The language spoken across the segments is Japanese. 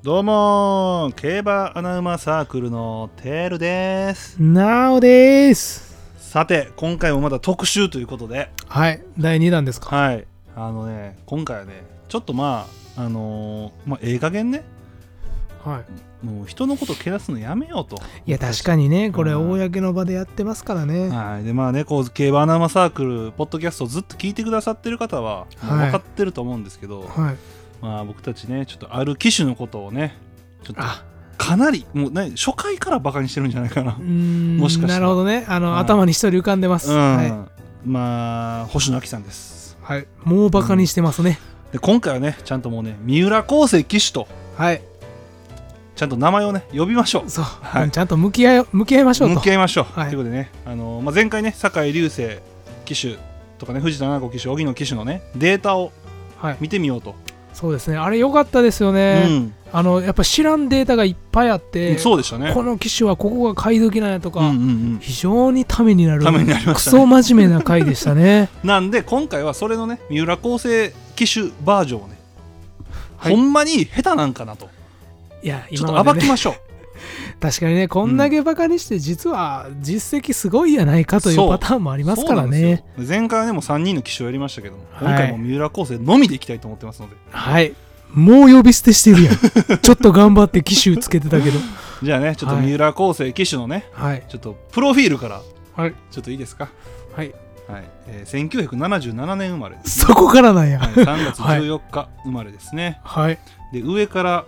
どうも競馬アナウマサークルのテールです。 なおです。 さて今回もまた特集ということで、 はい、第2弾ですか。 はい、今回はねちょっとええ加減ね、 はい、 もう人のことけなすのやめようと。 いや確かにね、これ公の場でやってますからね。 はい、でまあね、こう競馬アナウマサークルポッドキャストをずっと聞いてくださってる方はもう分かってると思うんですけど、 はい、 まあ僕たちねちょっとある機種のことをねちょっとかなりもうね初回からバカにしてるんじゃないかな。もしかしたら。 なるほどね、頭に一人浮かんでます。 はい、まあ星野亜紀さんです。 はい、もうバカにしてますね。 で今回はねちゃんともうね三浦康生騎手と、 はい、 ちゃんと名前をね呼びましょう。 そう、 はい、 ちゃんと向き合いましょうと。 向き合いましょう、 はい、 ということでね、前回ね酒井隆成騎手とかね藤田七子騎手荻野騎手のねデータを見てみようと。 そうですね、あれ良かったですよね。やっぱ知らんデータがいっぱいあって、 そうでしたね。 この機種はここが買い時なんやとか、非常にためになる、 ためになりましたね。 クソ真面目な回でしたね。 なんで今回はそれのね三浦康生機種バージョンをね、ほんまに下手なんかなと、 いやちょっと暴きましょう。 確かにね、こんだけバカにして実は実績すごいやないかというパターンもありますからね。 前回はねもう3人の騎手をやりましたけども、今回も三浦康生のみでいきたいと思ってますので、 はい、もう呼び捨てしてるやん。ちょっと頑張って騎手つけてたけど。 じゃあねちょっと三浦康生騎手のね、 はい、 ちょっとプロフィールから、 はい、 ちょっといいですか。 はい、 はい、1977年生まれです、 ね、そこからなんや、 はい、3月14日生まれですね。 はい、 で上から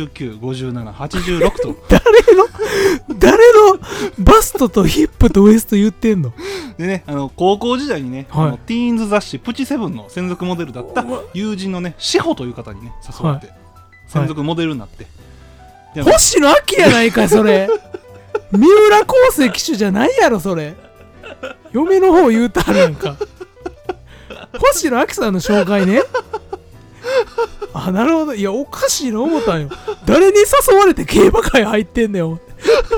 89、57、86と誰のバストとヒップとウエスト言ってんの。 でね、高校時代にね、 はい、 ティーンズ雑誌プチセブンの専属モデルだった友人のね志保という方にね誘われて、はい、専属モデルになって、 はい、星野亜紀やないかいそれ。三浦康生騎手じゃないやろそれ。嫁の方言うたるやんか。星野亜紀さんの紹介ね。あ、なるほど。いやおかしいな思ったんよ。誰に誘われて競馬界入ってんねん。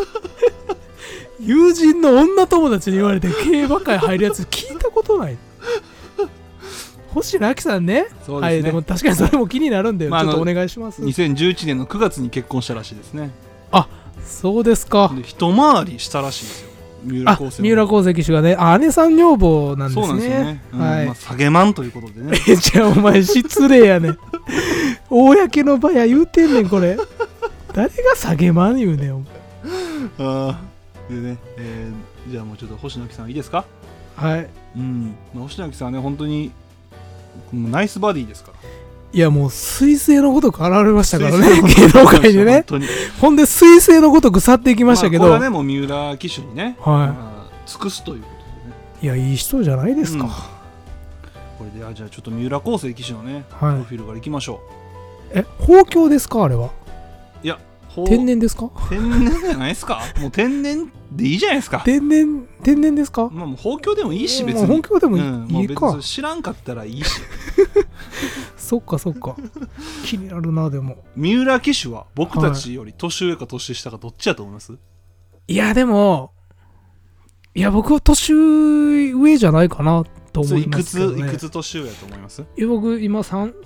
友人の女友達に言われて競馬界入るやつ聞いたことない。星野亜紀さんね。 そうですね。 はい、でも確かにそれも気になるんで、ちょっとお願いします。 2011年の9月に結婚したらしいですね。 あ、そうですか。 で一回りしたらしいですよ、三浦康生。 三浦康生騎手がね、姉さん女房なんですね。 そうなんですよね。 はい、 下げマンということでね。 じゃあお前失礼やねん。公の場や言うてんねんこれ。誰が下げマン言うねんお前。 でね、じゃあもうちょっと星野亜紀さんいいですか。 はい、 星野亜紀さんはね本当にナイスバディですから。 いやもう彗星のごとく現れましたからね、芸能界でね。ほんで彗星のごとく去っていきましたけど、 これはねもう三浦騎手にね、尽くすということでね。 いやいい人じゃないですか、 これでじゃあちょっと三浦康生騎手のね、プロフィールからいきましょう。豊胸ですかあれは。 いや天然ですか。 天然じゃないですか。もう天然でいいじゃないですか。 天然ですか。 もう豊胸でもいいし別に。 豊胸でもいいか。 知らんかったらいいし。 そっか気になるな。でも三浦騎手は僕たちより年上か年下かどっちだと思います？ いやでも僕は年上じゃないかなと思いますけどね。 いくつ年上やと思います？ 僕今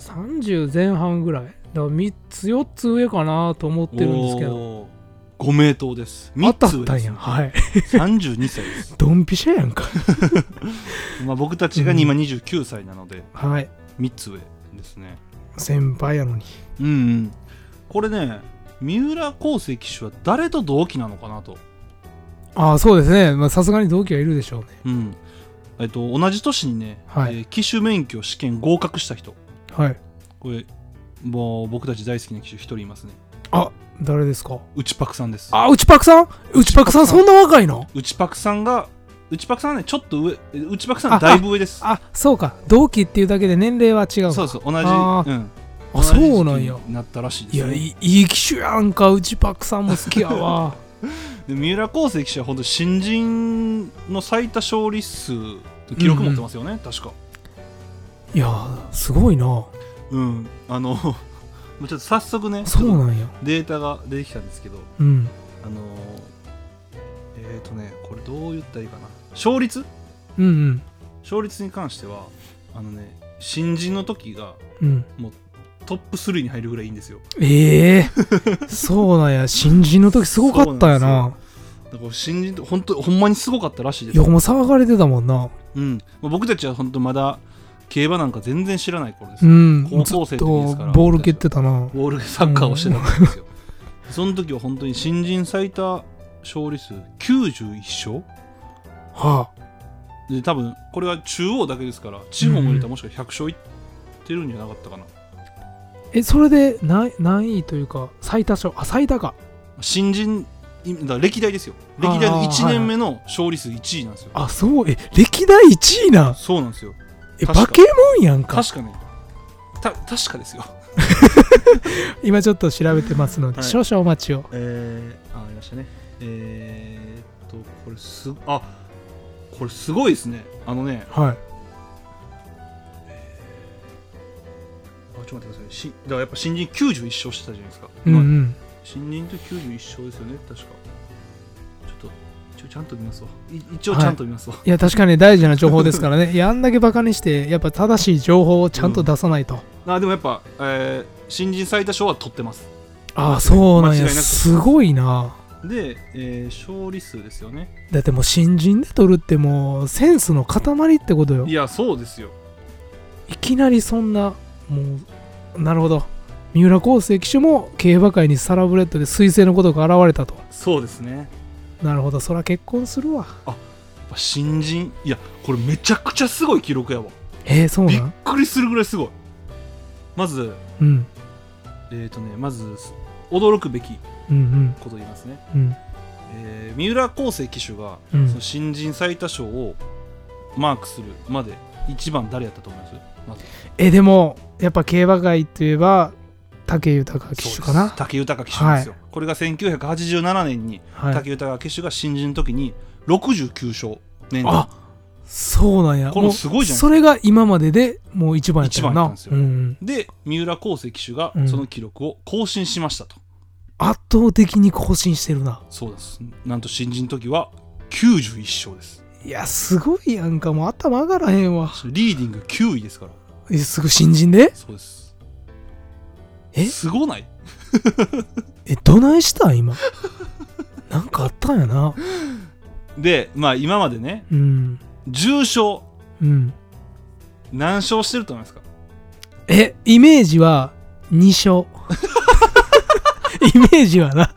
30前半ぐらいだから3つ4つ上かなと思ってるんですけど。 ご名答です。3つ上です。 はい、 32歳です。 ドンピシャやんか。 僕たちが今29歳なので、 はい、 3つ上ですね。 先輩やのに。 これね三浦康生騎手は誰と同期なのかなと。 そうですね、さすがに同期はいるでしょうね。 同じ年にね、騎手免許試験合格した人、これもう僕たち大好きな騎手1人いますね。 誰ですか？ 内パクさんです。 内パクさんそんな若いの？ 内パクさんはねちょっと上。内パクさんだいぶ上です。 そうか、同期っていうだけで年齢は違う。 そう同じ。 そうなんや。 なったらしいです。 いやいい騎手やんか。内パクさんも好きやわ。 で三浦康生騎手は本当新人の最多勝利数と記録持ってますよね、確か。 いやすごいな。 もうちょっと早速ね、 そうなんや、 データが出てきたんですけど、これどう言ったらいいかな。勝率に関しては新人の時が、もうトップ3に入るぐらいいいんですよ。 そうなんや。新人の時すごかったやな。 だから新人ってほんまにすごかったらしいです。 いや、もう騒がれてたもんな。 うん、僕たちは本当まだ競馬なんか全然知らない頃です。高校生の時ですから。 ボール蹴ってたな。 ボールサッカーをしてたんですよ。その時は本当に新人最多勝利数91勝。 はあ。 で多分これは中央だけですから地方も入れたらもしかしたら100勝いってるんじゃなかったかな。 それで何位というか最多勝、最多か。 新人だ歴代ですよ。歴代の1年目の勝利数1位なんですよ。 そう。歴代1位な。 そうなんですよ。 バケモンやんか。 確かね。確かですよ。 今ちょっと調べてますので、少々お待ちを。 ありましたね。これすごいですね。はい。ちょっと待ってください。だからやっぱ新人91勝してたじゃないですか。新人と91勝ですよね、確か。ちゃんと見ますわ。一応ちゃんと見ますわ。 いや、確かに大事な情報ですからね。いや、あんだけバカにして、やっぱ正しい情報をちゃんと出さないと。 でもやっぱ、新人最多勝は取ってます。 そうなんや。すごいな。 で、勝利数ですよね。 だってもう新人で取るってもうセンスの塊ってことよ。 いや、そうですよ。 いきなりそんな、もう、なるほど。三浦康生騎手も競馬界にサラブレッドで彗星のことが現れたと。 そうですね。 なるほど、そら結婚するわ。 やっぱ新人、いや、これめちゃくちゃすごい記録やわ。 そうなん？ びっくりするぐらいすごい。まず、まず驚くべきことを言いますね。三浦康生騎手が、その新人最多勝をマークするまで一番誰やったと思います？まずでもやっぱ競馬界といえば武豊騎手かな。 武豊騎手ですよ。これが1987年に武豊騎手が新人の時に69勝年間。 そうなんや。 これもすごいじゃないですか。 それが今まででもう一番やったよな。 一番やったんですよ。で三浦康生騎手がその記録を更新しましたと。 圧倒的に更新してるな。 そうです。なんと新人の時は91勝です。 いや、すごいやんか。もう頭上がらへんわ。 リーディング9位ですから。 すぐ新人で？ そうです。すごない？ どないしたん今？なんかあったんやな。 で、今までね、10勝、何勝してると思いますか？ イメージは2勝。イメージはな。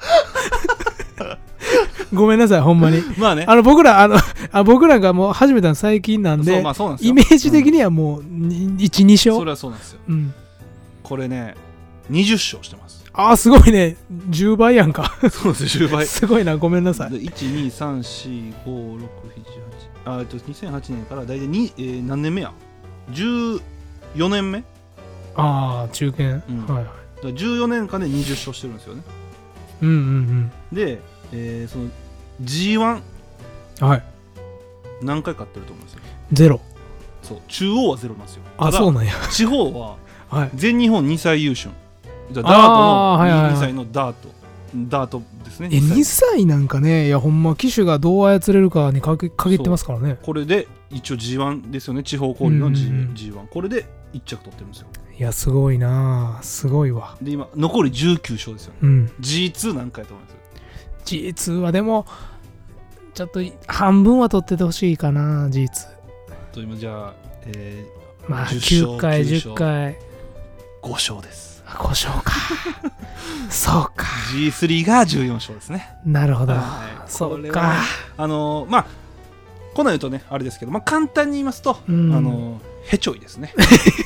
ごめんなさい、ほんまに。僕らがもう始めたの最近なんで、イメージ的にはもう1、2勝。 それはそうなんですよ。これね、20勝してます。 すごいね。10倍やんか。 そうです、10倍。 すごいな、ごめんなさい。 1、2、3、4、5、6、7、8。2008年から大体何年目や ?14 年目？ 中堅。 14年間で20勝してるんですよね。で、その G1、何回勝ってると思います？ ゼロ。 そう、中央はゼロなんですよ。 そうなんや。 地方は全日本2歳優秀。ダートの2歳のダートですね。 2歳なんかね、いやほんま騎手がどう操れるかに限ってますからね。 これで一応 G1 ですよね。地方交流の G1。これで1着取ってるんですよ。 いや、すごいな。すごいわ。 で、今残り19勝ですよね。G2 何回と思います？ G2 はでもちょっと半分は取っててほしいかな。 G2 と今じゃあ、 9回10回 5勝です。 5勝か。そうか。 G3 が14勝ですね。 なるほど、そうか。 こんなん言うとねあれですけど、簡単に言いますと、へちょいですね。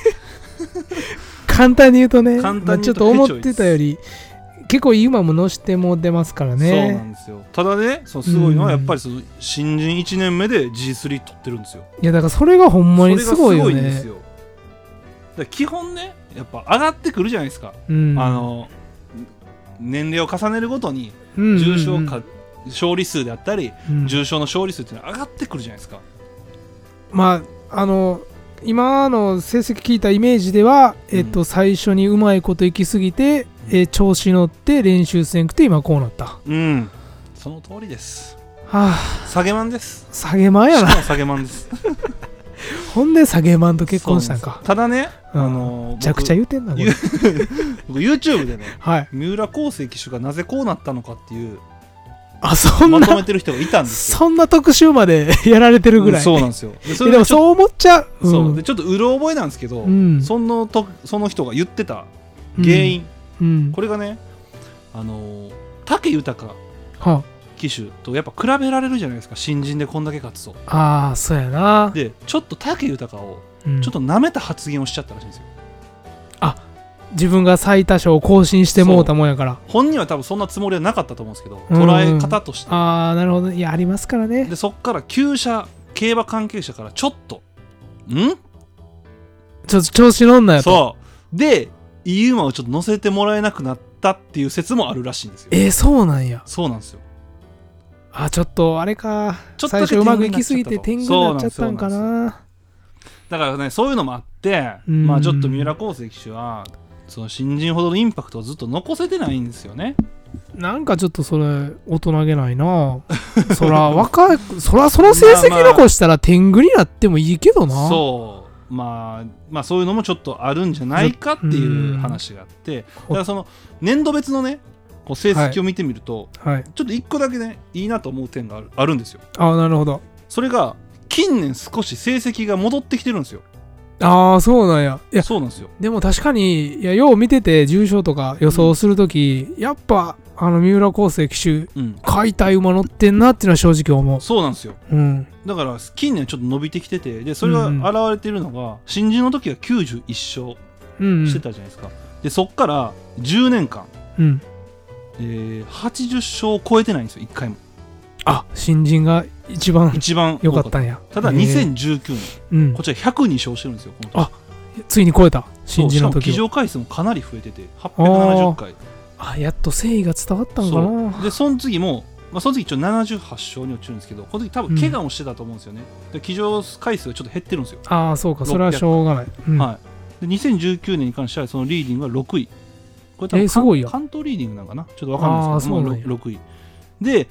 簡単に言うとね、ちょっと思ってたより結構いい馬も乗しても出ますからね。 そうなんですよ。ただね、すごいのはやっぱり新人1年目で G3 取ってるんですよ。 いや、だからそれがほんまにすごいよね。それがすごいんですよ。 だ基本ね、やっぱ上がってくるじゃないですか。年齢を重ねるごとに重賞勝利数であったり、重賞の勝利数っていうのは上がってくるじゃないですか。 今の成績聞いたイメージでは、最初にうまいこと行き過ぎて、調子乗って練習せんくて今こうなった。 その通りです。 下げまんです。 下げまんやな。 下げまんです。 ほんでサゲマンと結婚したんか。 ただね、 めちゃくちゃ言うてんなこれ。 僕 YouTube でね、 はい、 三浦康生騎手がなぜこうなったのかっていうそんなまとめてる人がいたんですよ。 そんな特集までやられてるぐらい、 そうなんですよ。 でもそう思っちゃう、 そうでちょっとうろ覚えなんですけど、その人が言ってた原因、これがね、武豊騎手とやっぱ比べられるじゃないですか、新人でこんだけ勝つと。 ああそうやな。 でちょっと武豊をちょっと舐めた発言をしちゃったらしいんですよ。 自分が最多勝を更新してもうたもんやから。 本人は多分そんなつもりはなかったと思うんですけど、捉え方として。 ああなるほど。いやありますからね。 でそっから厩舎競馬関係者からちょっとちょっと調子乗んなよと。 そうでいい馬をちょっと乗せてもらえなくなったっていう説もあるらしいんですよ。 そうなんや。 そうなんですよ。 ちょっとあれか、最初うまくいきすぎて天狗になっちゃったんかな。 だからね、そういうのもあって、まあちょっと三浦康生騎手はその新人ほどのインパクトをずっと残せてないんですよね。 なんかちょっとそれ大人げないな。そらその成績残したら天狗になってもいいけどな。 そうまあそういうのもちょっとあるんじゃないかっていう話があって、だからその年度別のねこう成績を見てみると、ちょっと一個だけねいいなと思う点があるんですよ。 なるほど。 それが近年少し成績が戻ってきてるんですよ。 そうなんや。いやそうなんですよ。 でも確かによう見てて重賞とか予想するとき、やっぱ三浦康生騎手、買いたい馬乗ってんなっていうのは正直思う。 そうなんですよ、だから近年ちょっと伸びてきてて、でそれが現れてるのが、新人の時は91勝してたじゃないですか、でそっから10年間、80勝を超えてないんですよ、1回も。 新人が一番良かったんや。 ただ2019年、こちら102勝してるんですよ、この年。ついに超えた、新人の時。 騎乗回数もかなり増えてて870回。 やっと誠意が伝わったんかな。 でその次も、その時一応78勝に落ちるんですけど、この時多分怪我もしてたと思うんですよね。で騎乗回数がちょっと減ってるんですよ。 そうか、それはしょうがない。 で2019年に関してはそのリーディングは6位。これ多分すごいよ。 関東リーディングなんかな、ちょっと分かんないですけど、6位で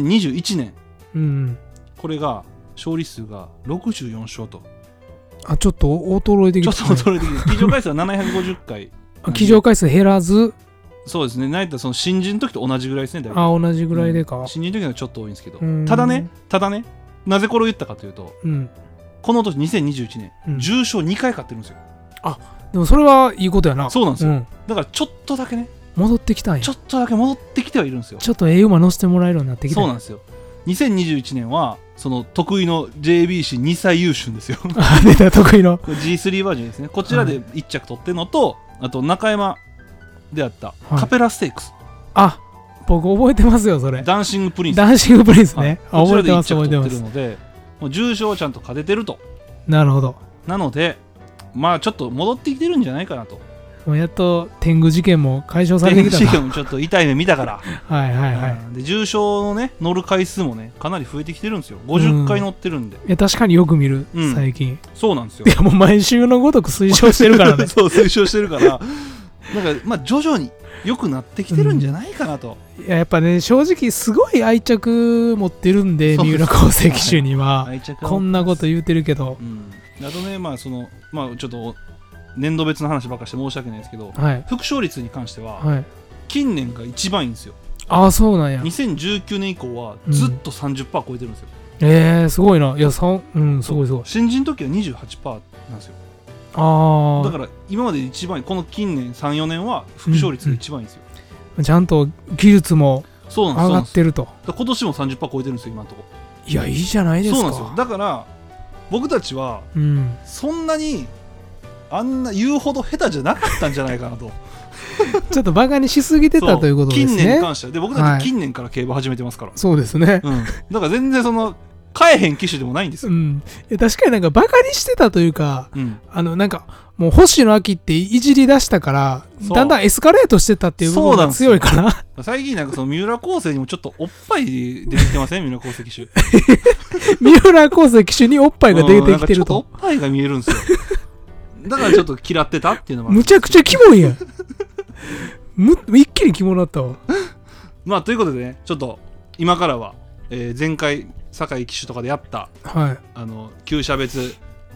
2021年、これが勝利数が64勝と、 ちょっと衰えてきて、 騎乗回数は750回騎乗回数減らず。 そうですね、なんやったらその新人の時と同じぐらいですね。 同じぐらいでか。 新人の時はちょっと多いんですけど、ただねなぜこれを言ったかというと、この年2021年、重賞2回勝ってるんですよ。 でもそれはいいことやな。 そうなんですよ、だからちょっとだけね戻ってきたんや。 ちょっとだけ戻ってきてはいるんですよ。 ちょっと馬乗せてもらえるようになってきた。 そうなんですよ。2021年はその得意の JBC2 歳優秀ですよ。 出た、得意の G3 バージョンですね。こちらで1着取ってるのと、あと中山であったカペラステークス、 僕覚えてますよ、それ。 ダンシングプリンスね。 こちらで1着取ってるので、もう重賞をちゃんと勝ててると。 なるほど。 なのでちょっと戻ってきてるんじゃないかなと。 もうやっと天狗事件も解消されてきた。 天狗事件もちょっと痛い目見たからで重賞のね乗る回数もねかなり増えてきてるんですよ。50回乗ってるんで。 確かによく見る、最近。 そうなんですよ。 いやもう毎週のごとく推奨してるからね。 そう推奨してるからなんか徐々に良くなってきてるんじゃないかなと。 やっぱね、正直すごい愛着持ってるんで、三浦康生騎手にはこんなこと言うてるけど、 あとねちょっと年度別の話ばっかりして申し訳ないですけど、副勝率に関しては、近年が一番いいんですよ。 そうなんや。 2019年以降はずっと 30% 超えてるんですよ。 すごいな。いやすごいすごい。 新人の時は 28% なんですよ。だから今まで一番この近年 3,4 年は副勝率が一番いいんですよ。 ちゃんと技術も上がってると。 今年も 30% 超えてるんですよ、今のところ。 いやいいじゃないですか。 そうなんですよ。だから僕たちはそんなにあんな言うほど下手じゃなかったんじゃないかなと。 ちょっとバカにしすぎてたということですね。 近年に関しては。で僕たち近年から競馬始めてますから。 そうですね。 だから全然その買えへん機種でもないんですよ。 確かになんかバカにしてたというか、なんかもう星野秋っていじり出したからだんだんエスカレートしてたっていう部分が強いかな。 最近なんかその三浦康生にもちょっとおっぱい出てきてません？三浦康生騎手。 三浦康生騎手におっぱいが出てきてると。 おっぱいが見えるんですよ。だからちょっと嫌ってたっていうのもある。 むちゃくちゃキモいやん。一気にキモなったわ。 ということでね、ちょっと今からは、前回酒井騎手とかでやった、厩舎別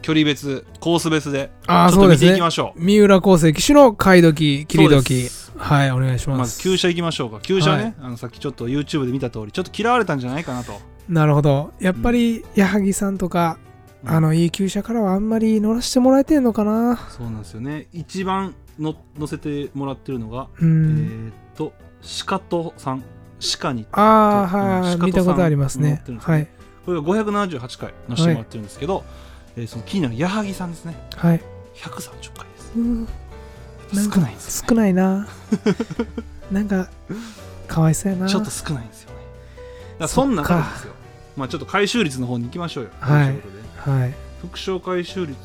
距離別コース別でちょあ、 っと見ていきましょう。 三浦康生騎手の買い時切り時、はい、お願いします。 まず厩舎行きましょうか。厩舎ね、さっきちょっと YouTube で見た通りちょっと嫌われたんじゃないかなと。 なるほど。やっぱり矢作さんとか、いい厩舎からはあんまり乗らせてもらえてんのかな。 そうなんですよね。一番乗せてもらってるのが鹿戸さん、鹿にはい、見たことありますね。はい。 これが578回乗せてもらってるんですけど、その気になる矢作さんですね。 はい。 130回です。 少ないんですよね。少ないな。なんかかわいそうやな。 ちょっと少ないんですよね。だからそんな感じですよ。まあちょっと回収率の方に行きましょうよ。 はい。はい。 副賞回収率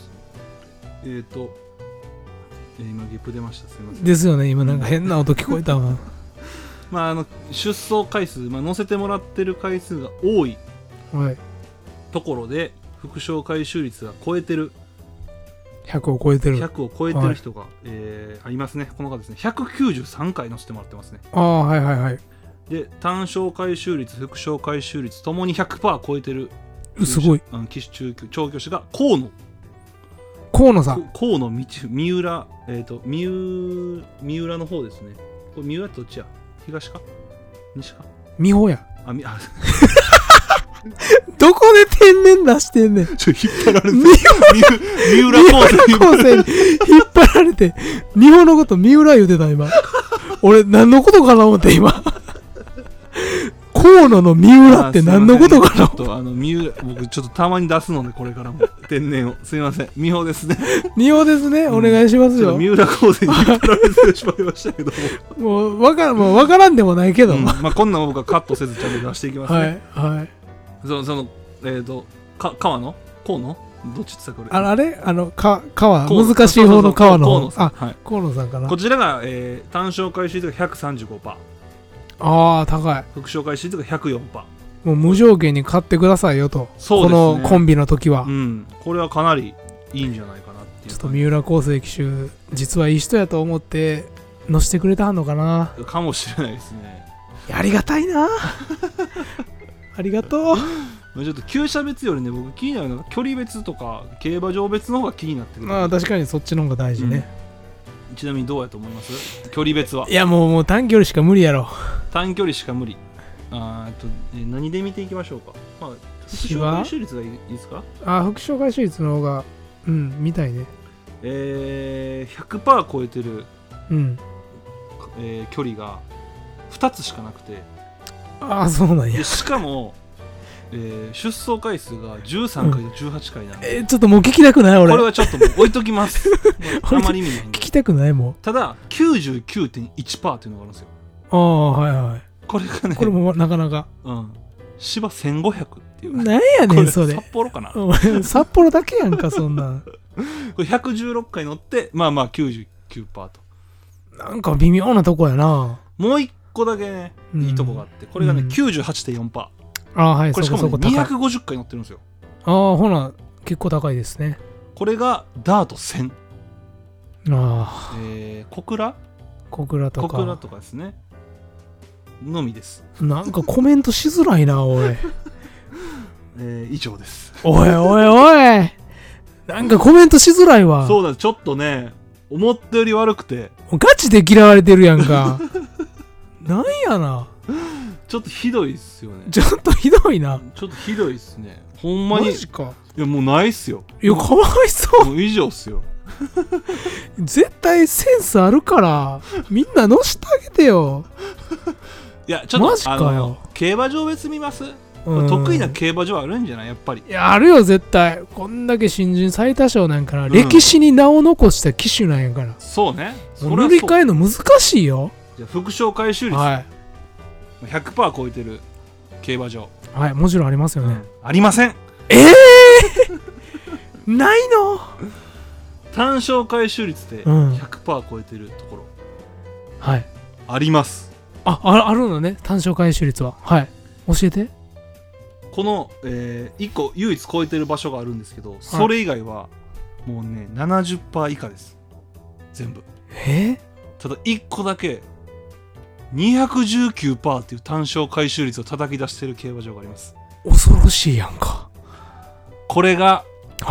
今ゲップ出ました。すみません。 ですよね。今なんか変な音聞こえたわ。 まあ出走回数、乗せてもらってる回数が多いところで副賞回収率が超えてる 100を超えてる人が、いますね。この方ですね。193回乗せてもらってますね。 はいはいはい。 で単勝回収率副賞回収率ともに 100% 超えてるすごい騎手調教師が河野さん、 河野三浦三浦の方ですね。これ三浦ってどっちや？東か西か？ 美穂や。どこで天然出してんねん。 引っ張られて三浦高生に引っ張られて美穂のこと三浦言うてた今。俺何のことかな思って今。河野の三浦って何のことかな。 ちょっと三浦僕ちょっとたまに出すのでこれからも天然をすいません。美穂ですね。 美穂ですね、お願いしますよ。 三浦高生に引っ張られてしまいましたけどもう分からんでもないけど、 こんなん僕はカットせずちゃんと出していきますね。 はいはい。 その川野河野どっちって言ったこれあれ川難しい方の川の河野さんかな。 こちらが単勝回収率が 135%。 高い。 副賞回収率が 104%。 もう無条件に買ってくださいよと。 そうですね、 このコンビの時は、 これはかなりいいんじゃないかなっていう。 ちょっと三浦康生騎手実はいい人やと思って乗せてくれたのかな。 かもしれないですね。 ありがたいな。ありがとう。 ちょっと厩舎別よりね、僕気になるのが距離別とか競馬場別の方が気になってくる。 確かにそっちの方が大事ね。 ちなみにどうやと思います？距離別は。 いやもう短距離しか無理やろ。 短距離しか無理。何で見ていきましょうか。副賞回収率がいいですか？ 副賞回収率の方がみたいね。 100% 超えてる、距離が2つしかなくて。 そうなんや。 しかも出走回数が13回と18回なんで、 ちょっともう聞きたくない俺。 これはちょっともう置いときます。あまり意味ないんで聞きたくないもん。 ただ 99.1% っていうのがあるんですよ。 はいはい。 これがね、 これもなかなか芝1500っていう。 なんやねんそれ。 札幌かな。 札幌だけやんかそんな。 これ116回乗って99% と。 なんか微妙なとこやな。 もう一個だけねいいとこがあって、これがね 98.4%。 はい。 これしかも250回乗ってるんですよ。 ほな結構高いですね。 これがダート1000。小倉とかですねのみです。 なんかコメントしづらいなおい。 以上です。 おいなんかコメントしづらいわ。 そうだ、ちょっとね思ったより悪くてガチで嫌われてるやんか。なんやな、 ちょっとひどいっすよね。 ちょっとひどいな。 ちょっとひどいっすね、ほんまに。 マジか。 いやもうないっすよ。 いやかわいそう。 もう以上っすよ。 絶対センスあるからみんな乗してあげてよ。 いやちょっとマジかよ。 競馬場別見ます？得意な競馬場あるんじゃない？やっぱり。 いやあるよ絶対。こんだけ新人最多勝なんかな、歴史に名を残した騎手なんやから。 そうね。 乗り換えの難しいよ。じゃあ副賞回収率、100% 超えてる競馬場。 もちろんありますよね。 ありません。 ないの？ 単勝回収率で 100% 超えてるところ、あります。 あるのね、単勝回収率は。教えて。 この、1個唯一超えてる場所があるんですけど、それ以外はもうね 70% 以下です、全部。ただ1個だけ 219% っていう単勝回収率を叩き出してる競馬場があります。 恐ろしいやんか。 これが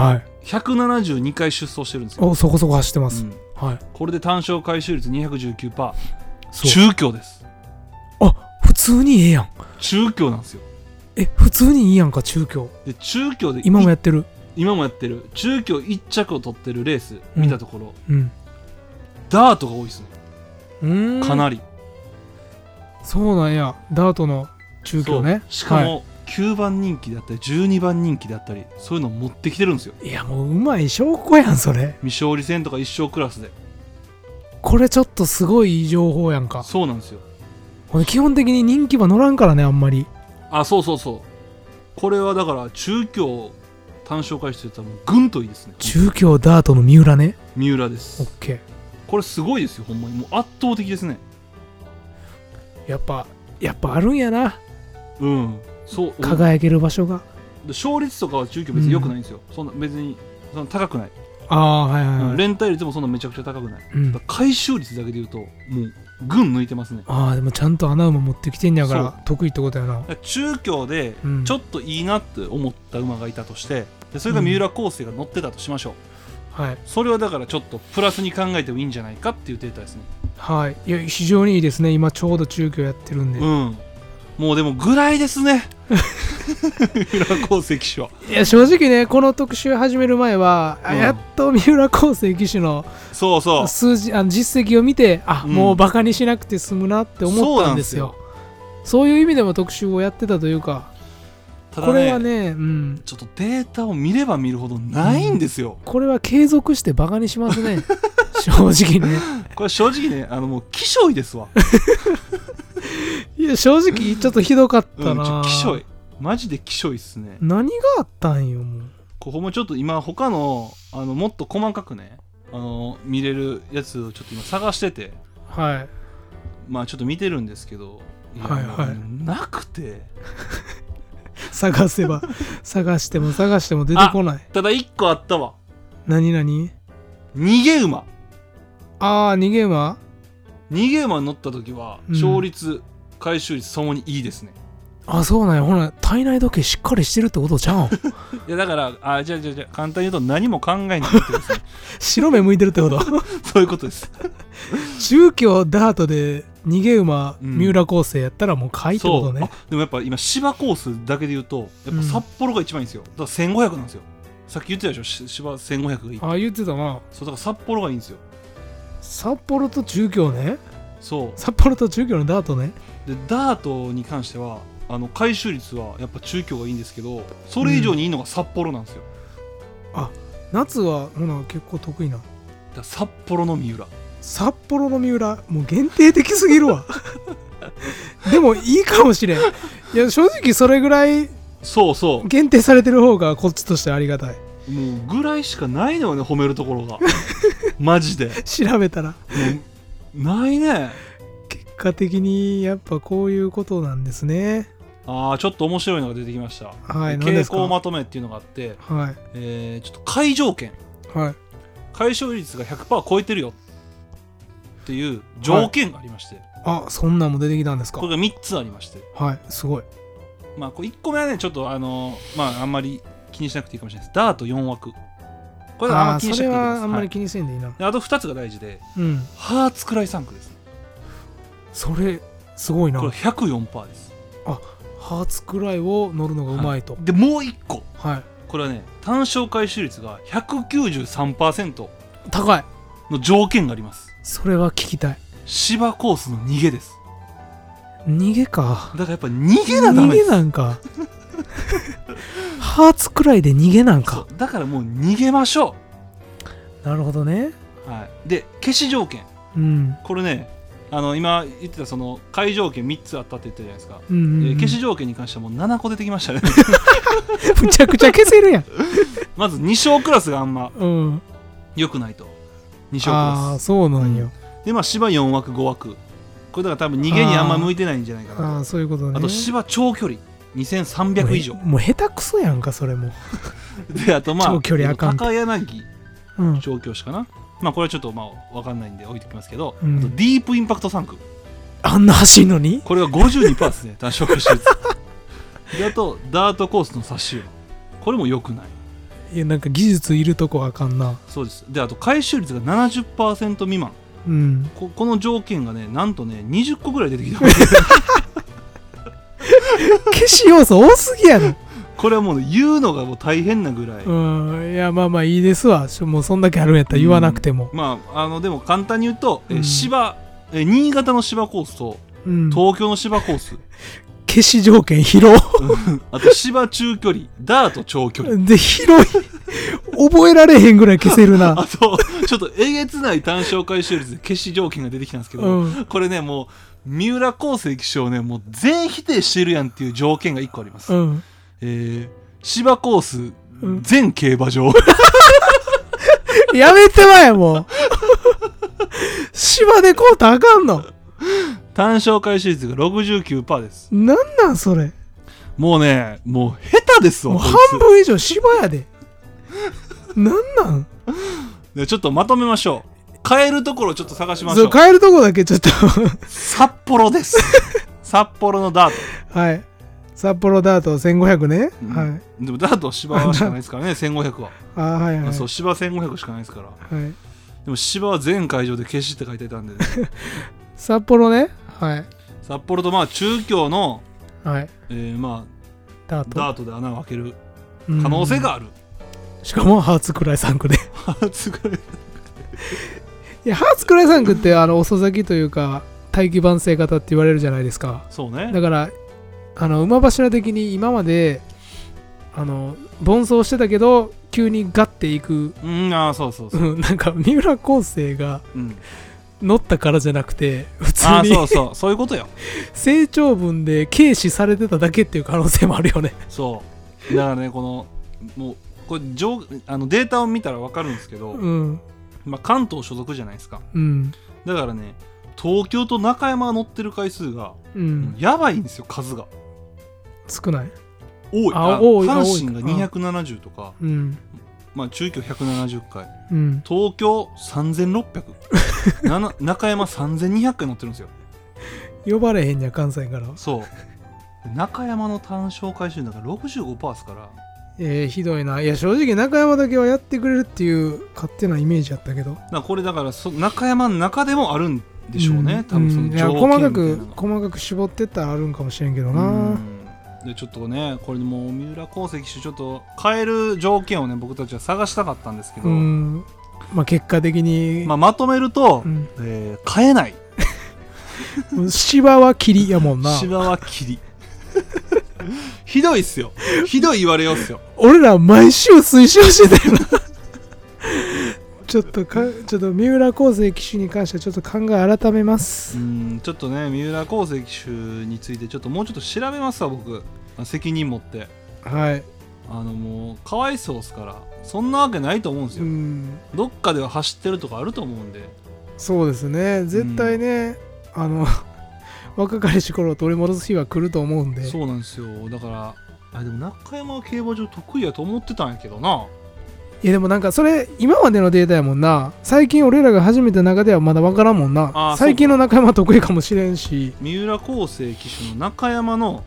172回出走してるんですよ。 そこそこ走ってます、はい。 これで単勝回収率 219%。 中強です。 普通にええやん。 中強なんですよ。 普通にいいやんか。中強で、中強で今もやってる中強1着を取ってるレース見たところ、ダートが多いですね。 かなり。 そうなんや。ダートの中強ね。 しかも、9番人気であったり12番人気であったり、そういうのを持ってきてるんですよ。 いや、もううまい証拠やんそれ。 未勝利戦とか一勝クラスで。 これちょっとすごい情報やんか。 そうなんですよ。 基本的に人気馬乗らんからね、あんまり。 そうこれはだから中強単勝回収って言ったらもうぐんといいですね。 中強ダートの三浦ね。 三浦です。 オッケー。 これすごいですよ、ほんまに。もう圧倒的ですね。 やっぱあるんやな。 そう、 輝ける場所が。 勝率とかは中強別に良くないんですよ。そんな別にそんな高くない。連帯率もそんなめちゃくちゃ高くない。回収率だけで言うともう群抜いてますね。 でもちゃんと穴馬持ってきてんやから得意ってことやな。 中強でちょっといいなって思った馬がいたとして、でそれが三浦康生が乗ってたとしましょう、それはだからちょっとプラスに考えてもいいんじゃないかっていうデータですね。 いや非常にいいですね。今ちょうど中強やってるんで、 もうでもぐらいですね三浦康生騎手は。 いや正直ね、この特集始める前は、やっと三浦康生騎手の数字実績を見てもうバカにしなくて済むなって思ったんですよ。そういう意味でも特集をやってたというか、ただね、これはね、 ちょっとデータを見れば見るほどないんですよ。 これは継続してバカにしますね正直ね。 これ正直ね、もうきしょいですわいや正直ちょっとひどかったな。 きしょい、マジできしょいっすね。 何があったんよ。もうここもちょっと今他のもっと細かくね見れるやつをちょっと今探してて、まあちょっと見てるんですけど、なくて探しても出てこない。 ただ1個あったわ。 何逃げ馬。 逃げ馬に乗った時は勝率、回収率ともにいいですね。 そうなんや。ほら体内時計しっかりしてるってことじゃん。 いやだからじゃあ簡単に言うと何も考えないってことですね。 白目向いてるってことそういうことです。 中京ダートで逃げ馬、三浦康生やったらもう買いってことね。 でもやっぱ今芝コースだけで言うとやっぱ札幌が一番いいんですよ。だから1500なんですよ。さっき言ってたでしょ、芝1500がいい。 言ってたな。 そうだから札幌がいいんですよ。 札幌と中京ね。 そう札幌と中京のダートね。 でダートに関しては回収率はやっぱ中京がいいんですけど、それ以上にいいのが札幌なんですよ。 夏はほな結構得意な。 札幌の三浦もう限定的すぎるわでもいいかもしれん。いや正直それぐらい限定されてる方がこっちとしてありがたい。 もうぐらいしかないのよね、褒めるところがマジで調べたらないね。 結果的にやっぱこういうことなんですね。 ちょっと面白いのが出てきました。傾向まとめっていうのがあって、ちょっと解条件、回収率が 100% 超えてるよっていう条件がありまして、 そんなんも出てきたんですか。 これが3つありまして、 すごい。 これ1個目はねちょっとあんまり気にしなくていいかもしれないです。ダート4枠、これはあんまり気にしなくていいです。それはあんまり気にせんでいいな。 あと2つが大事で、ハーツクライ3区です。 それすごいな。 これ 104% です。 ハーツクライを乗るのがうまいと。 でもう1個、これはね単勝回収率が 193% 高いの条件があります。 それは聞きたい。 芝コースの逃げです。 逃げか。 だからやっぱ逃げなダメです。 逃げなんかハーツくらいで逃げなんか。 だからもう逃げましょう。なるほどね。 で消し条件、これね今言ってたその解条件3つあったって言ったじゃないですか。消し条件に関してはもう7個出てきましたねむちゃくちゃ消せるやんまず2勝クラスがあんま良くないと。2勝クラス。 そうなんよ。 で芝4枠5枠、これだから多分逃げにあんま向いてないんじゃないかなと。 そういうことね。 あと芝長距離2300以上、 もう下手くそやんかそれもであと長距離あかん。 高柳調教師かな、これはちょっと分かんないんで置いておきますけど、あとディープインパクト3区、 あんな走るのにこれが 52% ですね単勝回収率であとダートコースの差し馬、これも良くない。 いやなんか技術いるとこあかんな。 そうです。であと回収率が 70% 未満、 うん、 この条件がねなんとね20個ぐらい出てきた消し要素多すぎやろこれはもう言うのがもう大変なぐらい。 いやまあいいですわ。もうそんだけあるんやったら言わなくても、 まあでも簡単に言うと、新潟の芝コースと、東京の芝コース消し条件広あと芝中距離ダート長距離で広い覚えられへんぐらい消せるなあとちょっとえげつない単勝回収率で消し条件が出てきたんですけど、これねもう三浦康生騎手をねもう全否定してるやんっていう条件が1個あります、芝コース、全競馬場やめてまえもう芝でこうたらあかんの。 単勝回収率が 69% です。 なんそれ。 もうねもう下手ですわ。 もう半分以上芝やでなんでちょっとまとめましょう。買えるところちょっと探しましょう。 買えるところだけちょっと札幌です札幌のダート。 はい、札幌ダート1500ね、はい。 でもダートは芝はしかないですからね1500は。 はいはい。 そう芝1500しかないですから。 はい。 でも芝は全会場で消しって書いてたんで、ね、 札幌ね。はい。 札幌とまあ中京の、 はい。 まあダートで穴を開ける可能性がある。 しかもハーツクライ3区でハーツクライいやハーツクライ3区って遅咲きというか大器晩成型って言われるじゃないですか。 そうね。 だから馬柱的に今まで奔走してたけど急にガッていく、 そうなんか三浦康生が、乗ったからじゃなくて普通にそういうことよ。 成長分で軽視されてただけっていう可能性もあるよね。 そうだからねもうこれデータを見たら分かるんですけど、まあ、関東所属じゃないですか、だからね東京と中山が乗ってる回数が、やばいんですよ。数が少ない多い。阪神が270とか、まあ、中京170回、東京3600 中山3200回乗ってるんですよ。 呼ばれへんや関西から。 そう中山の単勝回収だから 65% ですから。 ひどいな。いや正直中山だけはやってくれるっていう勝手なイメージやったけど、 これだから中山の中でもあるんでしょうね、多分その条件みたいなのが細かく絞ってったらあるんかもしれんけどな。 でちょっとねこれでもう三浦康生騎手ちょっと変える条件をね僕たちは探したかったんですけど、 まあ結果的に、 まとめると、変えない芝は霧やもんな。 芝は霧ひどいっすよ。ひどい言われようっすよ。 俺ら毎週推奨してたよなちょっと三浦康生騎手に関してはちょっと考え改めます。 ちょっとね三浦康生騎手についてちょっともうちょっと調べますわ僕。責任持って。 はい。 もうかわいそうっすからそんなわけないと思うんですよ。どっかでは走ってるとかあると思うんで。 そうですね絶対ね、若かりし頃を取り戻す日は来ると思うんで。 そうなんですよ。だからでも中山は競馬場得意やと思ってたんやけどな。 いやでもなんかそれ今までのデータやもんな。最近俺らが始めた中ではまだ分からんもんな。最近の中山得意かもしれんし。三浦康生騎手の中山の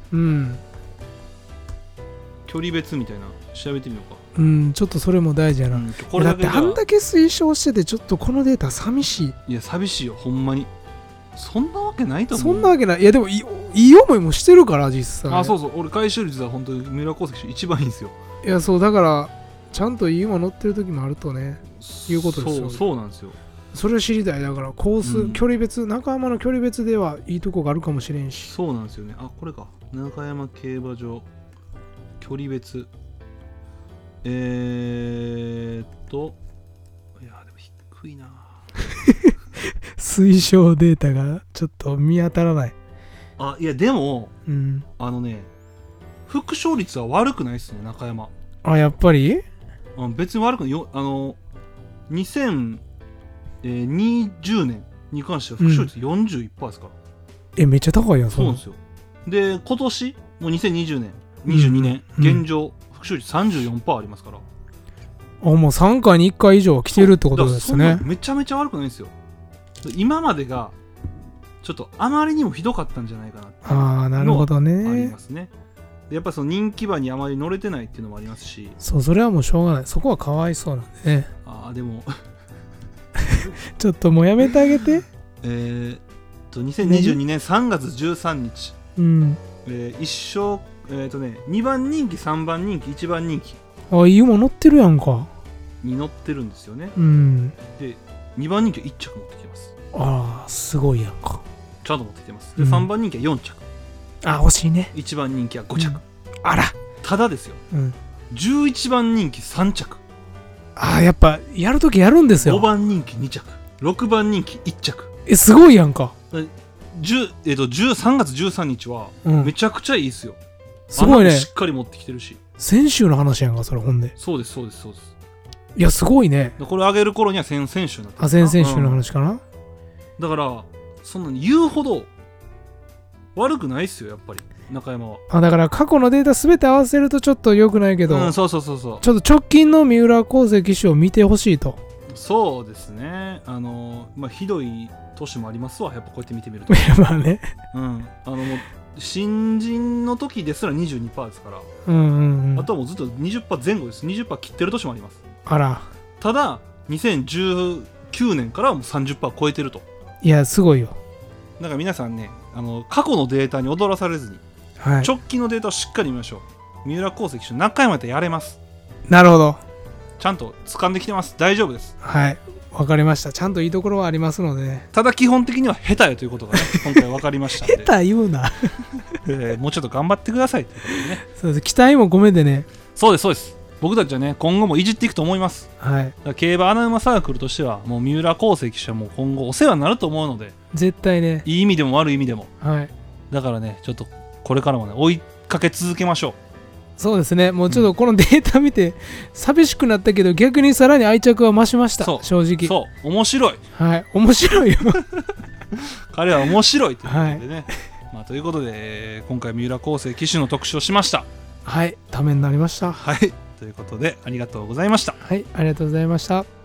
距離別みたいな調べてみようか。 ちょっとそれも大事やな。これだってあんだけ推奨しててちょっとこのデータ寂しい。 いや寂しいよほんまに。そんなわけないと思う。 そんなわけない。いやでもいい思いもしてるから実際。 そう俺回収率は本当に三浦康生騎手一番いいんですよ。 いやそうだからちゃんといい馬乗ってる時もあるとねいうことですよ。 そうなんですよ。 それを知りたい。だからコース、距離別中山の距離別ではいいとこがあるかもしれんし。 そうなんですよね。これか中山競馬場距離別いやでも低いな推奨データがちょっと見当たらない。 いやでも、副勝率は悪くないっすね中山。 やっぱり別に悪くないよ。2020年に関しては副勝率 41% ですから、 めっちゃ高いやん。 そうなんですよ。で今年もう2020年22年、現状副勝率 34% ありますから。 もう3回に1回以上来てるってことですね。 めちゃめちゃ悪くないんですよ。今までがちょっとあまりにもひどかったんじゃないかなっていうのはありますね。 でやっぱその人気馬にあまり乗れてないっていうのもありますし、 そう、それはもうしょうがない。そこはかわいそうなんでね。 ああでもちょっともうやめてあげて。 2022年3月13日、 うん、 一勝2番人気3番人気1番人気、 あ、いいもん乗ってるやんか。 に乗ってるんですよね。 うん、 で2番人気は1着持ってきてます。 ああ、すごいやんか。 ちゃんと持ってきてます。で、3番人気は4着、 あ、惜しいね。 1番人気は5着、 あら。 ただですよ、11番人気3着、 あ、やっぱやるときやるんですよ。 5番人気2着、6番人気1着。 すごいやんか。 3月13日はめちゃくちゃいいですよ。 すごいね。 しっかり持ってきてるし。 先週の話やんか、それ。ほんで。 そうですそうですそうです。 いや、すごいね。 これ上げる頃には先々週になってる。 先々週の話かな。 だからそんなに言うほど悪くないっすよ、やっぱり中山は。 だから過去のデータすべて合わせるとちょっと良くないけど、 そうそうそうそう。 ちょっと直近の三浦航生騎手を見てほしいと。 そうですね。ひどい年もありますわ、やっぱこうやって見てみると。 まあね。 もう新人の時ですら 22% ですから、あとはもうずっと 20% 前後です。20% 切ってる年もあります。 あら。 ただ2019年からはもう 30% 超えてると。 いや、すごいよ。 だから皆さんね、過去のデータに踊らされずに、はい、直近のデータをしっかり見ましょう。三浦航生騎手中山でやれます。 なるほど。 ちゃんと掴んできてます。大丈夫です。 はい、わかりました。ちゃんといいところはありますのでね。 ただ基本的には下手やということがね今回分かりましたので下手言うなもうちょっと頑張ってくださいということでね。 そうです、期待も込めてね。 そうですそうです。僕たちはね今後もいじっていくと思います。 はい。 だから競馬アナウマサークルとしてはもう三浦航生騎手はもう今後お世話になると思うので、 絶対ね、 いい意味でも悪い意味でも。 はい。 だからねちょっとこれからもね追いかけ続けましょう。 そうですね。もうちょっとこのデータ見て寂しくなったけど、逆にさらに愛着は増しました。正直。 そう面白い。 はい、面白いよ彼は面白いということでね、はい、ということで、今回三浦航生騎手の特集をしました。 はい、ためになりました。 はい、ということでありがとうございました。 はい、ありがとうございました。